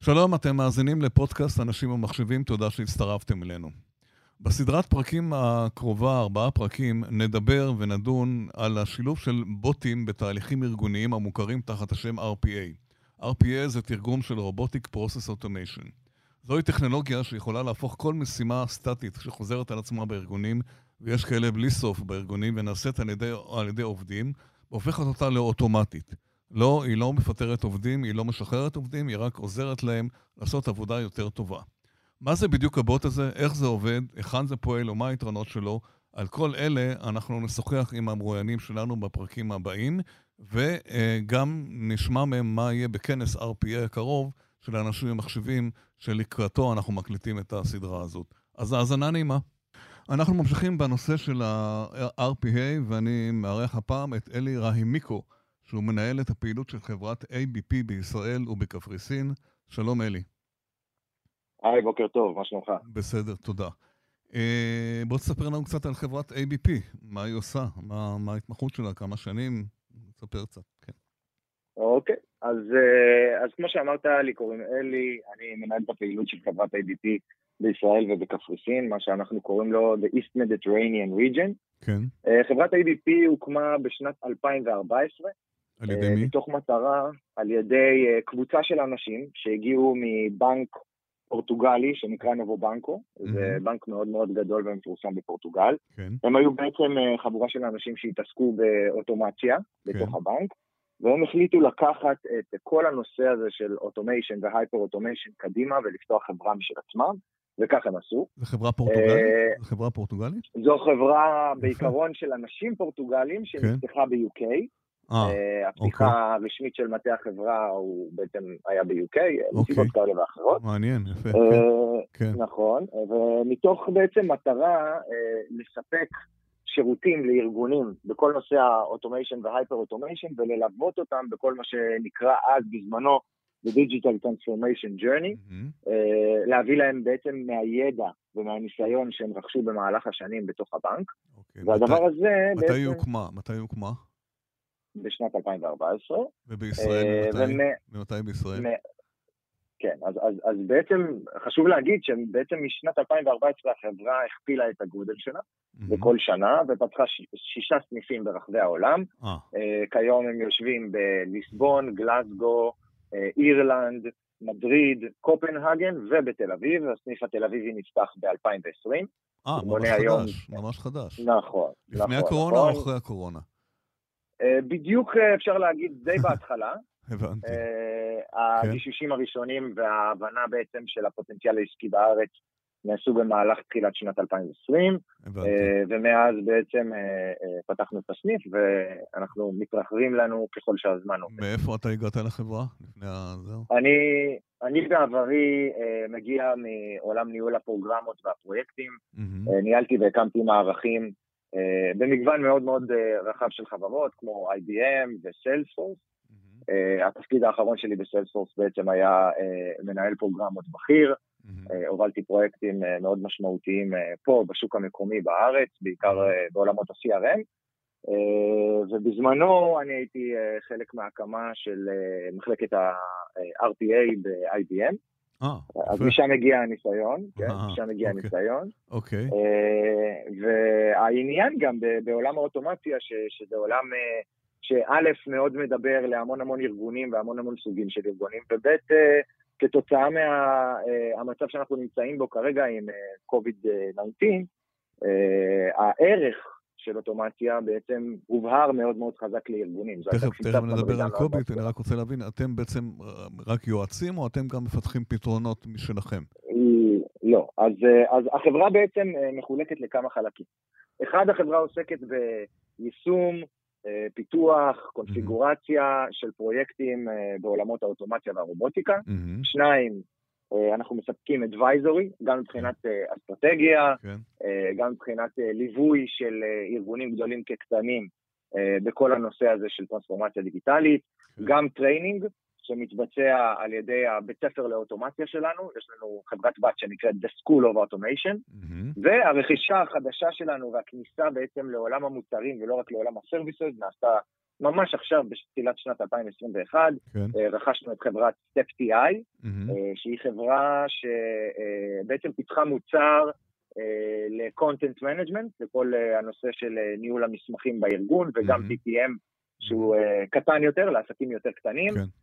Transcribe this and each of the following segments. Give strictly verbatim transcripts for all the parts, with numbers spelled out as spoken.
שלום, אתם מאזינים לפודקאסט אנשים ומחשבים, תודה שהצטרפתם אלינו. בסדרת פרקים הקרובה, ארבעה פרקים, נדבר ונדון על השילוב של בוטים בתהליכים ארגוניים המוכרים תחת השם אר פי איי. אר פי איי זה תרגום של Robotic Process Automation. זוהי טכנולוגיה שיכולה להפוך כל משימה סטטית שחוזרת על עצמה בארגונים, ויש כאלה בלי סוף בארגונים ונעשית על ידי, על ידי עובדים, והופכת אותה לאוטומטית. לא, היא לא מפטרת עובדים, היא לא משחררת עובדים, היא רק עוזרת להם לעשות עבודה יותר טובה. מה זה בדיוק הבוט הזה? איך זה עובד? היכן זה פועל ומה היתרונות שלו? על כל אלה אנחנו נשוחח עם המרואיינים שלנו בפרקים הבאים, וגם נשמע מהם מה יהיה בכנס אר פי איי הקרוב של האנשים המחשבים שלקראתו אנחנו מקליטים את הסדרה הזאת. אז האזנה נעימה. אנחנו ממשיכים בנושא של ה-אר פי איי, ואני מארח הפעם את אלי רהימיקו, שהוא מנהל את הפעילות של חברת איי בי פי בישראל ובקפריסין. שלום אלי. היי, בוקר טוב, מה שלומך? בסדר, תודה. אה, בוא תספר לנו קצת על חברת איי בי פי, מה היא עושה, מה, מה ההתמחות שלה, כמה שנים, תספר קצת, כן. אוקיי, אז, אז כמו שאמרת לי, קוראים אלי, אני מנהל את הפעילות של חברת איי בי פי בישראל ובקפריסין, מה שאנחנו קוראים לו The East Mediterranean Region. כן. חברת איי בי פי הוקמה בשנת אלפיים וארבע עשרה. על ידי מי? מתוך מטרה, על ידי קבוצה של אנשים שהגיעו מבנק פורטוגלי שנקרא נובו בנקו, mm-hmm. זה בנק מאוד מאוד גדול ומפורסם בפורטוגל. כן. הם היו בעצם חבורה של אנשים שהתעסקו באוטומציה כן. בתוך הבנק, והם החליטו לקחת את כל הנושא הזה של אוטומיישן והייפר אוטומיישן קדימה ולפתוח חברה משל עצמם, וכך הם עשו. זו חברה פורטוגלית? זו חברה פורטוגלית? זו חברה בעיקרון של אנשים פורטוגלים שנפתחה ב-יו קיי. הפתיחה הרשמית של מטה החברה הוא בעצם היה ב-יו קיי, מסיבות כאלה ואחרות. מעניין, יפה. נכון, ומתוך בעצם מטרה לספק שירותים לארגונים בכל נושא האוטומיישן וההייפר אוטומיישן, וללוות אותם בכל מה שנקרא אז בזמנו ב-Digital Transformation Journey, להביא להם בעצם מהידע ומהניסיון שהם רכשו במהלך השנים בתוך הבנק. והדבר הזה מתי היא הוקמה? מתי היא הוקמה? בשנת אלפיים וארבע עשרה. ובישראל, ממתי בישראל? כן, אז, אז, אז בעצם חשוב להגיד שבעצם משנת אלפיים וארבע עשרה החברה הכפילה את הגודל שלה בכל שנה, ופתחה שישה סניפים ברחבי העולם. כיום הם יושבים בליסבון, גלסגו, אירלנד, מדריד, קופנהגן ובתל אביב. הסניף התל אביבי נפתח ב-אלפיים ועשרים. אה, ממש חדש, ממש חדש. נכון. לפני הקורונה או אחרי הקורונה? בדיוק אפשר להגיד די בהתחלה. הבנתי. הגישושים הראשונים וההבנה בעצם של הפוטנציאל העסקי בארץ נעשו במהלך תחילת שנת אלפיים ועשרים, ומאז בעצם פתחנו את הסניף ואנחנו מתרחבים לנו ככל שהזמן עובר. מאיפה אתה הגעת לחברה? לפני הזהו? אני, אני בעברי מגיע מעולם ניהול הפרוגרמות והפרויקטים, ניהלתי והקמתי מערכים במגוון מאוד מאוד רחב של חברות כמו איי בי אם וסיילספורס. Uh, התפקיד האחרון שלי בסיילספורס בעצם היה uh, מנהל פרוגרמות בכיר, mm-hmm. uh, הובלתי פרויקטים uh, מאוד משמעותיים uh, פה בשוק המקומי בארץ, בעיקר uh, בעולמות ה-סי אר אם, uh, ובזמנו אני הייתי uh, חלק מההקמה של uh, מחלקת ה-אר פי איי ב-איי בי אם, ah, אז משם הגיע הניסיון, כן? ah, משם הגיע okay. הניסיון, okay. uh, והעניין גם בעולם האוטומציה, ש- שזה עולם... Uh, שא' מאוד מדבר להמון המון ארגונים והמון המון סוגים של ארגונים, וב' כתוצאה מהמצב שאנחנו נמצאים בו כרגע עם קוביד תשע עשרה, הערך של אוטומציה בעצם הובהר מאוד מאוד חזק לארגונים. תכף, תכף נדבר על קוביד, אני רק רוצה להבין, אתם בעצם רק יועצים או אתם גם מפתחים פתרונות משלכם? לא, אז, אז החברה בעצם מחולקת לכמה חלקים. אחד, החברה עוסקת ביישום, פיתוח, קונפיגורציה של פרויקטים בעולמות האוטומציה והרובוטיקה. שניים, אנחנו מספקים אדוויזורי, גם מבחינת אסטרטגיה, גם מבחינת ליווי של ארגונים גדולים כקטנים בכל הנושא הזה של טרנספורמציה דיגיטלית, גם טריינינג, שמתבצע על ידי הבית ספר לאוטומציה שלנו, יש לנו חברת בת שנקראת The School of Automation, mm-hmm. והרכישה החדשה שלנו והכניסה בעצם לעולם המוצרים ולא רק לעולם הסרוויסס, נעשתה ממש עכשיו בתחילת שנת אלפיים עשרים ואחת, כן. רכשנו את חברת StepTI, mm-hmm. שהיא חברה שבעצם פיתחה מוצר ל-Content Management, לכל הנושא של ניהול המסמכים בארגון, וגם mm-hmm. טי טי אם, שהוא mm-hmm. קטן יותר, לעסקים יותר קטנים, כן.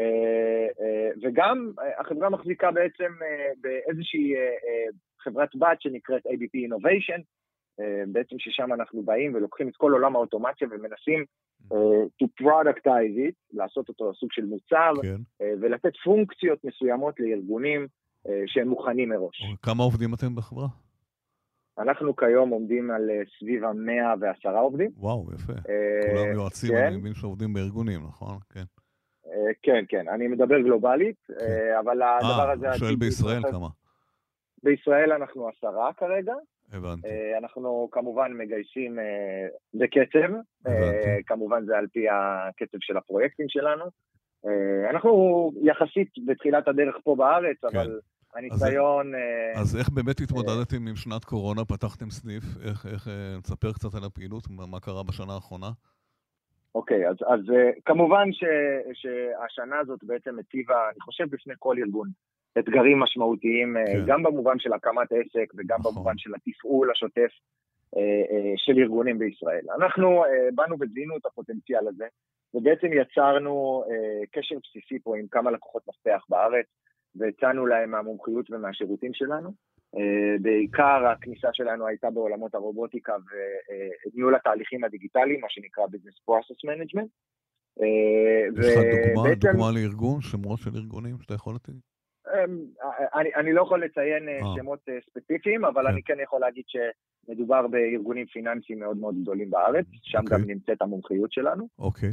וגם החברה מחזיקה בעצם באיזושהי חברת בת שנקראת איי בי פי Innovation, בעצם ששם אנחנו באים ולוקחים את כל עולם האוטומציה ומנסים to productize it, לעשות אותו סוג של מוצר, ולתת פונקציות מסוימות לארגונים שהם מוכנים מראש. כמה עובדים אתם בחברה? אנחנו כיום עומדים על סביב המאה ועשרה עובדים. וואו, יפה. כולם יועצים, אני מבין שעובדים בארגונים, נכון? כן. כן, כן. אני מדבר גלובלית, אבל הדבר הזה... אה, שואל בישראל כמה? בישראל אנחנו עשרה כרגע. הבנתי. אנחנו כמובן מגייסים בקצב. הבנתי. כמובן זה על פי הקצב של הפרויקטים שלנו. אנחנו יחסית בתחילת הדרך פה בארץ, אבל... הניסיון... אז איך באמת התמודדתם עם שנת קורונה? פתחתם סניף? איך, נספר קצת על הפעילות? מה קרה בשנה האחרונה? אוקיי, אז, אז כמובן ש, שהשנה הזאת בעצם הציבה, אני חושב בפני כל ארגון, אתגרים משמעותיים, כן. גם במובן של הקמת עסק וגם נכון. במובן של התפעול השוטף של ארגונים בישראל. אנחנו באנו וזינו את הפוטנציאל הזה, ובעצם יצרנו קשר בסיסי פה עם כמה לקוחות מפתח בארץ, והצענו להם מהמומחיות ומהשירותים שלנו. בעיקר הכניסה שלנו הייתה בעולמות הרובוטיקה וניהול התהליכים הדיגיטליים, מה שנקרא Business Process Management. יש לך דוגמה, דוגמה לארגון, שמות של ארגונים שאתה יכול לתת? אני, אני לא יכול לציין שמות ספציפיים, אבל אני כן יכול להגיד שמדובר בארגונים פיננסיים מאוד מאוד גדולים בארץ, שם גם נמצאת המומחיות שלנו. אוקיי.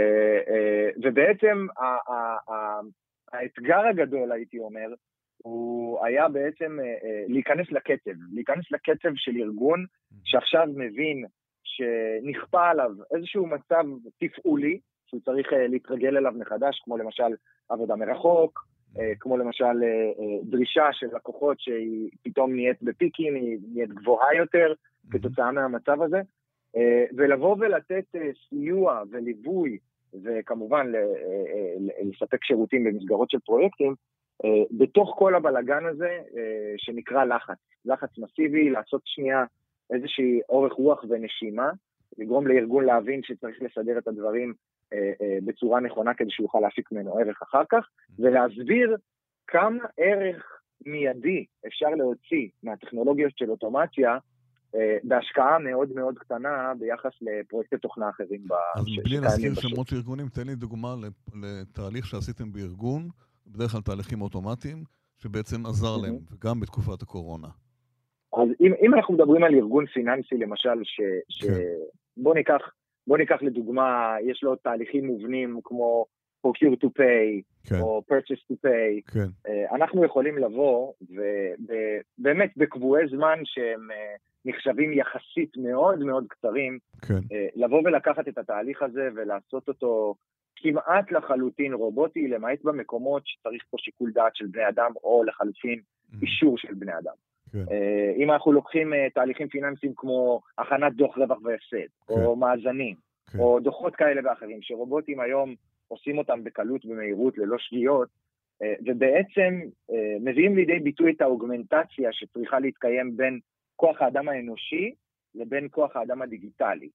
ובעצם האתגר הגדול, הייתי אומר, הוא היה בעצם להיכנס לקצב, להיכנס לקצב של ארגון שעכשיו מבין שנכפה עליו איזשהו מצב תפעולי, שהוא צריך להתרגל אליו מחדש, כמו למשל עבודה מרחוק, כמו למשל דרישה של לקוחות שהיא פתאום נהיית בפיקים, היא נהיית גבוהה יותר כתוצאה מהמצב הזה, ולבוא ולתת סיוע וליווי, וכמובן לספק שירותים במסגרות של פרויקטים, בתוך כל הבלגן הזה שנקרא לחץ, לחץ מסיבי, לעשות שנייה איזושהי אורך רוח ונשימה, לגרום לארגון להבין שצריך לסדר את הדברים בצורה נכונה כדי שהוא יוכל להפיק ממנו ערך אחר כך, ולהסביר כמה ערך מיידי אפשר להוציא מהטכנולוגיות של אוטומציה, בהשקעה מאוד מאוד קטנה ביחס לפרויקטי תוכנה אחרים. אז בלי להזכיר שמות של ארגונים, תן לי דוגמה לתהליך שעשיתם בארגון, בדרך כלל תהליכים אוטומטיים, שבעצם עזר להם, וגם בתקופת הקורונה. אז אם, אם אנחנו מדברים על ארגון פיננסי, למשל, ש, ש... בוא ניקח, בוא ניקח לדוגמה, יש לו תהליכים מובנים כמו procure to pay, כן. או purchase to pay. כן. אנחנו יכולים לבוא, ובאמת בקבועי זמן שהם נחשבים יחסית מאוד מאוד קצרים, כן. לבוא ולקחת את התהליך הזה ולעשות אותו כמעט לחלוטין רובוטי, למעט במקומות שצריך פה שיקול דעת של בני אדם, או לחלוטין אישור של בני אדם. כן. אם אנחנו לוקחים תהליכים פיננסיים כמו הכנת דוח רווח והפסד, כן. או מאזנים, כן. או דוחות כאלה ואחרים, שרובוטים היום עושים אותם בקלות, במהירות, ללא שגיאות, ובעצם מביאים לידי ביטוי את האוגמנטציה שצריכה להתקיים בין כוח האדם האנושי לבין כוח האדם הדיגיטלי.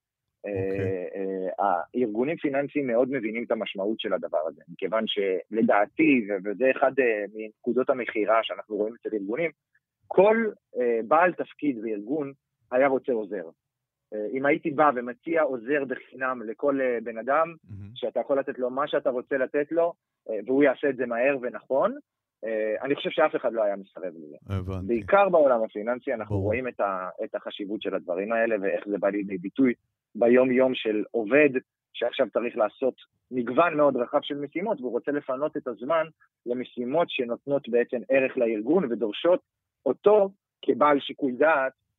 Okay. הארגונים פיננסיים מאוד מבינים את המשמעות של הדבר הזה, מכיוון שלדעתי, וזה אחד מנקודות המחירה שאנחנו רואים אצל ארגונים, כל בעל תפקיד בארגון היה רוצה עוזר. אם הייתי בא ומציע עוזר בחינם לכל בן אדם, mm-hmm. שאתה יכול לתת לו מה שאתה רוצה לתת לו, והוא יעשה את זה מהר ונכון, אני חושב שאף אחד לא היה מסרב לזה. הבנתי. בעיקר בעולם הפיננסי אנחנו ברור. רואים את, ה, את החשיבות של הדברים האלה, ואיך זה בא לידי ביטוי ביום יום של עובד, שעכשיו צריך לעשות מגוון מאוד רחב של משימות, והוא רוצה לפנות את הזמן למשימות שנותנות בעצם ערך לארגון, ודורשות אותו כבעל שיקול דעת,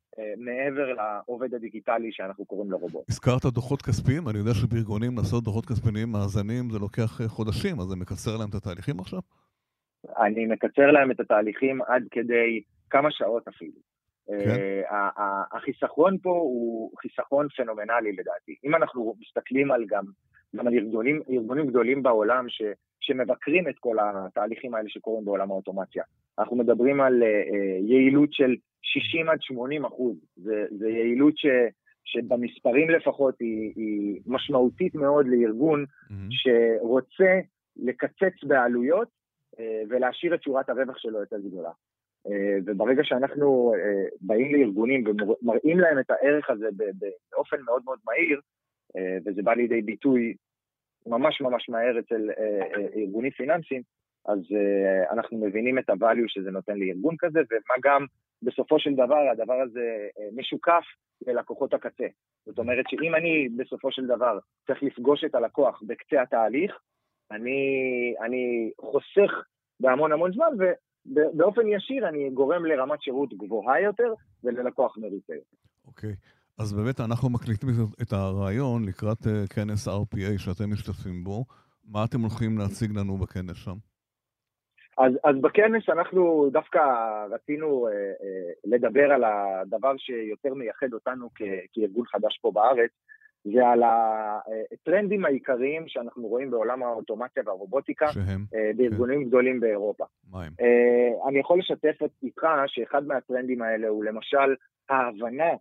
מעבר לעובד הדיגיטלי שאנחנו קוראים לו רובוט. הזכרת דוחות כספיים, אני יודע שבארגונים לעשות דוחות כספיים מאזנים זה לוקח חודשים, אז זה מקצר להם את התהליכים עכשיו? אני מקצר להם את התהליכים עד כדי כמה שעות אפילו. כן. החיסכון פה הוא חיסכון פנומנלי לדעתי. אם אנחנו מסתכלים על גם, גם על ארגונים, ארגונים גדולים בעולם ש, שמבקרים את כל התהליכים האלה שקורים בעולם האוטומציה, אנחנו מדברים על יעילות של שישים עד שמונים אחוז. זה, זה יעילות ש, שבמספרים לפחות היא, היא משמעותית מאוד לארגון mm-hmm. שרוצה לקצץ בעלויות ולהשאיר את שורת הרווח שלו יותר גדולה. וברגע שאנחנו באים לארגונים ומראים להם את הערך הזה באופן מאוד מאוד מהיר, וזה בא לידי ביטוי ממש ממש מהר אצל ארגונים פיננסיים, אז אנחנו מבינים את הvalue שזה נותן לארגון כזה, ומה גם בסופו של דבר הדבר הזה משוקף ללקוחות הקצה. זאת אומרת שאם אני בסופו של דבר צריך לפגוש את הלקוח בקצה התהליך, אני, אני חוסך בהמון המון זמן, ובאופן ישיר אני גורם לרמת שירות גבוהה יותר, וללקוח מרוצה יותר. אוקיי, אז באמת אנחנו מקליטים את הרעיון לקראת כנס אר פי איי שאתם משתתפים בו. מה אתם הולכים להציג לנו בכנס שם? אז, אז בכנס אנחנו דווקא רצינו אה, אה, לדבר על הדבר שיותר מייחד אותנו כ, כארגון חדש פה בארץ, זה על הטרנדים העיקריים שאנחנו רואים בעולם האוטומציה והרובוטיקה שהם, בארגונים כן. גדולים באירופה. מה הם? אני יכול לשתף איתך שאחד מהטרנדים האלה הוא למשל ההבנה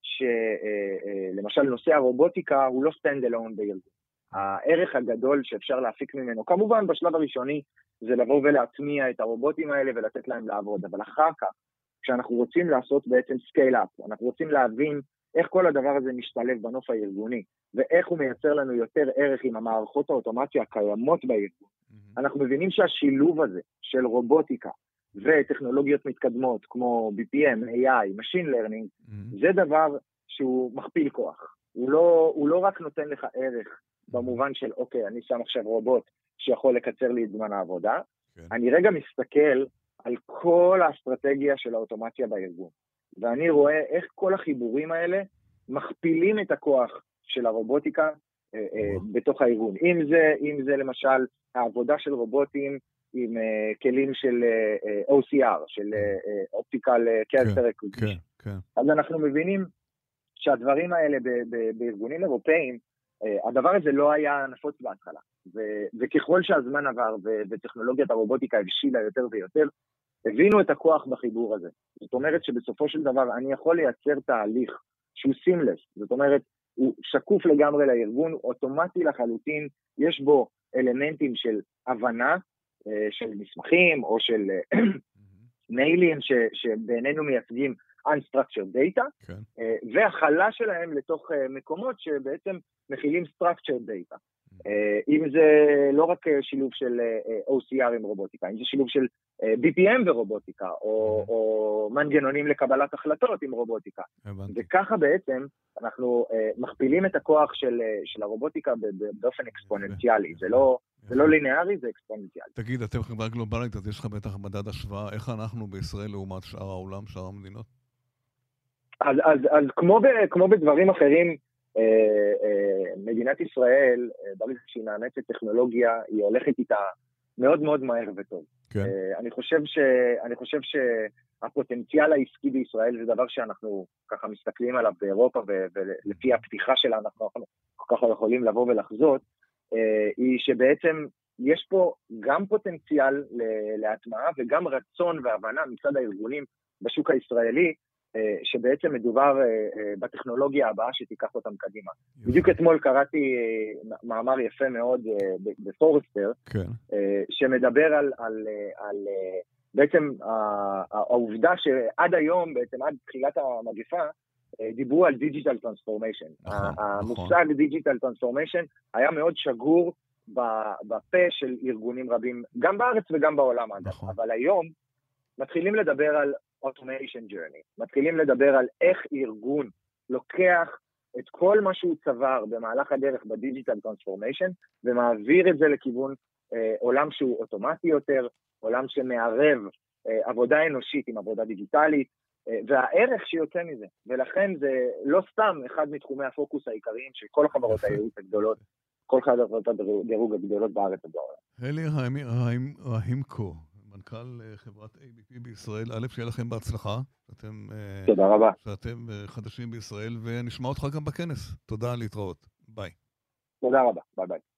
שלמשל נושא הרובוטיקה הוא לא stand alone בארגון. הערך הגדול שאפשר להפיק ממנו, כמובן בשלב הראשוני זה לבוא ולהטמיע את הרובוטים האלה ולתת להם לעבוד, אבל אחר כך כשאנחנו רוצים לעשות בעצם scale up, אנחנו רוצים להבין איך כל הדבר הזה משתלב בנוף הארגוני, ואיך הוא מייצר לנו יותר ערך עם המערכות האוטומציה הקיימות בארגון. Mm-hmm. אנחנו מבינים שהשילוב הזה של רובוטיקה וטכנולוגיות מתקדמות כמו בי פי אם, איי איי, Machine Learning, mm-hmm. זה דבר שהוא מכפיל כוח. הוא לא, הוא לא רק נותן לך ערך mm-hmm. במובן של, אוקיי, אני שם עכשיו רובוט שיכול לקצר לי את זמן העבודה, okay. אני רגע מסתכל על כל האסטרטגיה של האוטומציה בארגון. ואני רואה איך כל החיבורים האלה מכפילים את הכוח של הרובוטיקה אה, אה, בתוך הארגון. אם זה, אם זה למשל העבודה של רובוטים עם אה, כלים של אה, או סי אר, של אה, Optical Character Recognition. כן, כן. אז אנחנו מבינים שהדברים האלה ב- ב- בארגונים אירופאים, אה, הדבר הזה לא היה נפוץ בהתחלה. ו- וככל שהזמן עבר ו- וטכנולוגיית הרובוטיקה הבשילה יותר ויותר, הבינו את הכוח בחיבור הזה. זאת אומרת שבסופו של דבר אני יכול לייצר תהליך שהוא סימלס, זאת אומרת, הוא שקוף לגמרי לארגון, אוטומטי לחלוטין, יש בו אלמנטים של הבנה, של מסמכים או של מיילים שבינינו מייצגים unstructured data, okay. והחלה שלהם לתוך מקומות שבעצם מכילים structured data. אם זה לא רק שילוב של או סי אר עם רובוטיקה, אם זה שילוב של בי פי אם ורובוטיקה, או, או מנגנונים לקבלת החלטות עם רובוטיקה. וככה בעצם אנחנו מכפילים את הכוח של, של הרובוטיקה באופן אקספוננציאלי. זה לא, זה לא לינארי, זה אקספוננציאלי. תגיד, אתם חברה גלובלית, אז יש לך בטח מדד השוואה, איך אנחנו בישראל לעומת שאר העולם, שאר המדינות? אז, אז, אז כמו, ב, כמו בדברים אחרים, מדינת ישראל, ברגע שהיא מאמצת טכנולוגיה, היא הולכת איתה מאוד מאוד מהר וטוב. כן. אני חושב ש, אני חושב שהפוטנציאל העסקי בישראל זה דבר שאנחנו ככה מסתכלים עליו באירופה, ולפי הפתיחה שלה אנחנו כל כך יכולים לבוא ולחזות, היא שבעצם יש פה גם פוטנציאל להטמעה וגם רצון והבנה מצד הארגונים בשוק הישראלי, שבעצם מדובר בטכנולוגיה הבאה שתיקח אותם קדימה. יפה. בדיוק אתמול קראתי מאמר יפה מאוד בפורסטר, כן. שמדבר על, על, על בעצם העובדה שעד היום, בעצם עד תחילת המגפה, דיברו על דיג'יטל טרנספורמיישן. המושג דיג'יטל טרנספורמיישן היה מאוד שגור בפה של ארגונים רבים, גם בארץ וגם בעולם. נכון. אבל היום מתחילים לדבר על automation journey. מתחילים לדבר על איך ארגון לוקח את כל מה שהוא צבר במהלך הדרך בדיג'יטל טרנספורמיישן, ומעביר את זה לכיוון אה, עולם שהוא אוטומטי יותר, עולם שמערב אה, עבודה אנושית עם עבודה דיגיטלית, והערך שיוצא מזה, ולכן זה לא סתם אחד מתחומי הפוקוס העיקריים של כל החברות הייעוץ הגדולות, כל חברות הדירוג הגדולות בארץ ובעולם. אלי ההימקו, מנכ"ל חברת איי בי פי בישראל, א', שיהיה לכם בהצלחה, שאתם, תודה רבה. שאתם חדשים בישראל, ונשמע אותך גם בכנס. תודה, להתראות. ביי. תודה רבה, ביי ביי.